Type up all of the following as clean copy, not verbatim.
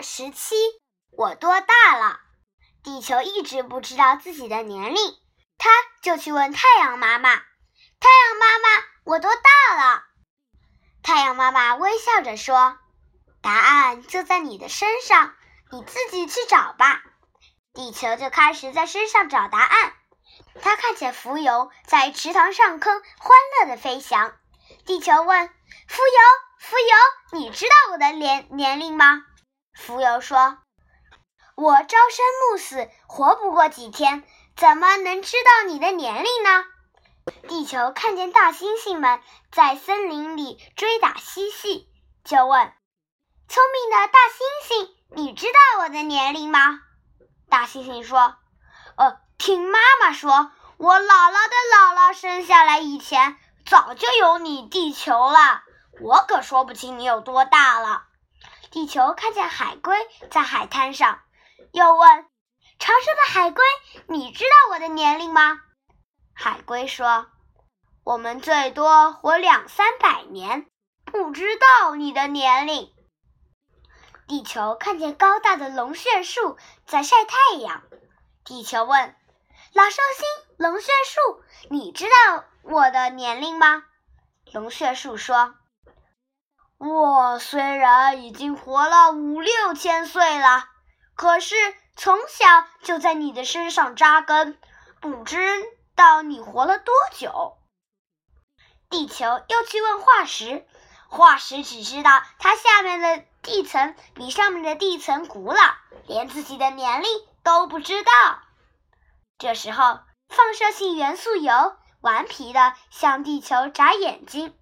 17，我多大了？地球一直不知道自己的年龄，他就去问太阳妈妈：“太阳妈妈，我多大了？”太阳妈妈微笑着说：“答案就在你的身上，你自己去找吧。”地球就开始在身上找答案。他看见蜉蝣在池塘上空欢乐地飞翔。地球问：“蜉蝣，你知道我的年龄吗？”蜉蝣说：“我朝生暮死，活不过几天，怎么能知道你的年龄呢？”地球看见大猩猩们在森林里追打嬉戏，就问：“聪明的大猩猩，你知道我的年龄吗？”大猩猩说：“听妈妈说，我姥姥的姥姥生下来以前，早就有你地球了，我可说不清你有多大了。”地球看见海龟在海滩上，又问：“长寿的海龟，你知道我的年龄吗？”海龟说：“我们最多活200-300年，不知道你的年龄。”地球看见高大的龙血树在晒太阳。地球问：“老寿星，龙血树，你知道我的年龄吗？”龙血树说：“我虽然已经活了5-6千岁了，可是从小就在你的身上扎根，不知道你活了多久。”地球又去问化石，化石只知道它下面的地层比上面的地层古老，连自己的年龄都不知道。这时候，放射性元素铀顽皮地向地球眨眼睛。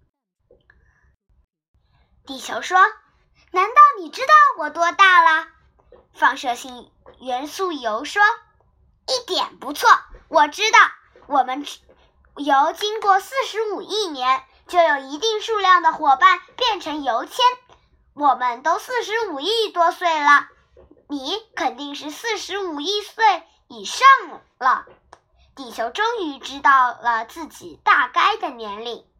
地球说：“难道你知道我多大了？”放射性元素铀说：“一点不错，我知道，我们铀经过45亿年，就有一定数量的伙伴变成铀铅，我们都45亿多岁了，你肯定是45亿岁以上了。”地球终于知道了自己大概的年龄。